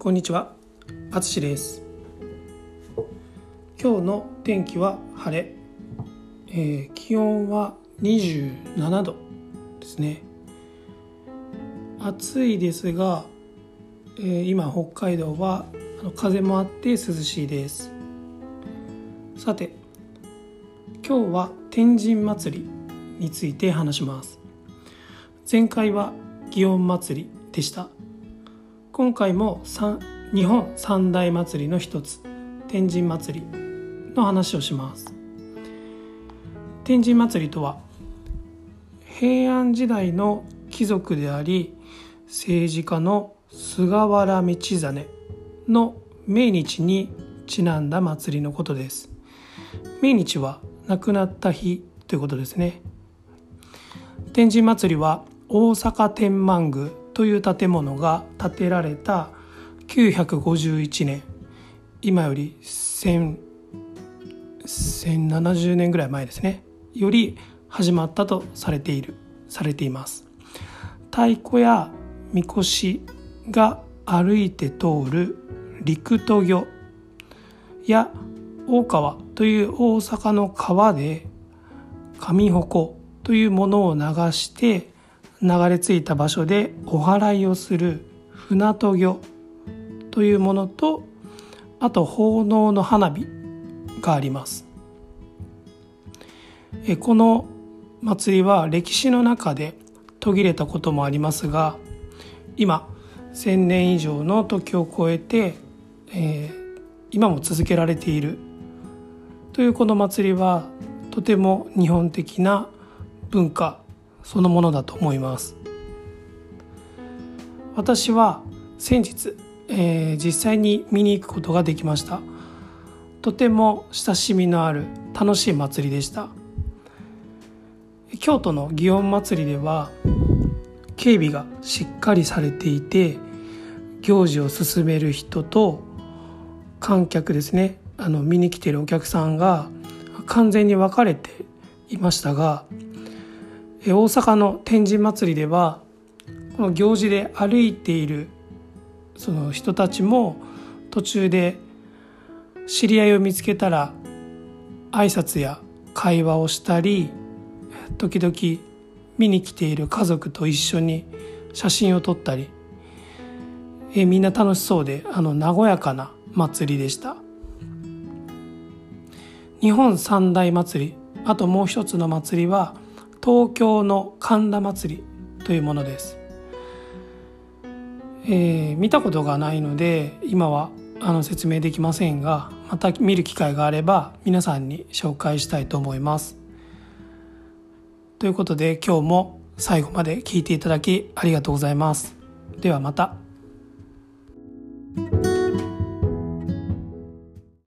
こんにちは、あつしです。今日の天気は晴れ、気温は27度ですね。暑いですが、今北海道は風もあって涼しいです。さて、今日は天神祭りについて話します。前回は祇園祭りでした。今回も日本三大祭りの一つ、天神祭りの話をします。天神祭りとは、平安時代の貴族であり政治家の菅原道真の命日にちなんだ祭りのことです。命日は亡くなった日ということですね。天神祭りは大阪天満宮という建物が建てられた951年、今より1070年ぐらい前ですね、より始まったとされています。太鼓やみこしが歩いて通る陸渡御や大川という大阪の川で上鉾というものを流して流れ着いた場所でお祓いをする船渡御というものと、あと奉納の花火があります。この祭りは歴史の中で途切れたこともありますが、今1000年以上の時を超えて、今も続けられているというこの祭りは、とても日本的な文化そのものだと思います。私は先日、実際に見に行くことができました。とても親しみのある楽しい祭りでした。京都の祇園祭では警備がしっかりされていて、行事を進める人と観客ですね、見に来ているお客さんが完全に分かれていましたが、大阪の天神祭ではこの行事で歩いているその人たちも途中で知り合いを見つけたら挨拶や会話をしたり、時々見に来ている家族と一緒に写真を撮ったり、みんな楽しそうで和やかな祭りでした。日本三大祭り、あともう一つの祭りは東京の神田祭りというものです。見たことがないので今は説明できませんが、また見る機会があれば皆さんに紹介したいと思います。ということで、今日も最後まで聞いていただきありがとうございます。ではまた。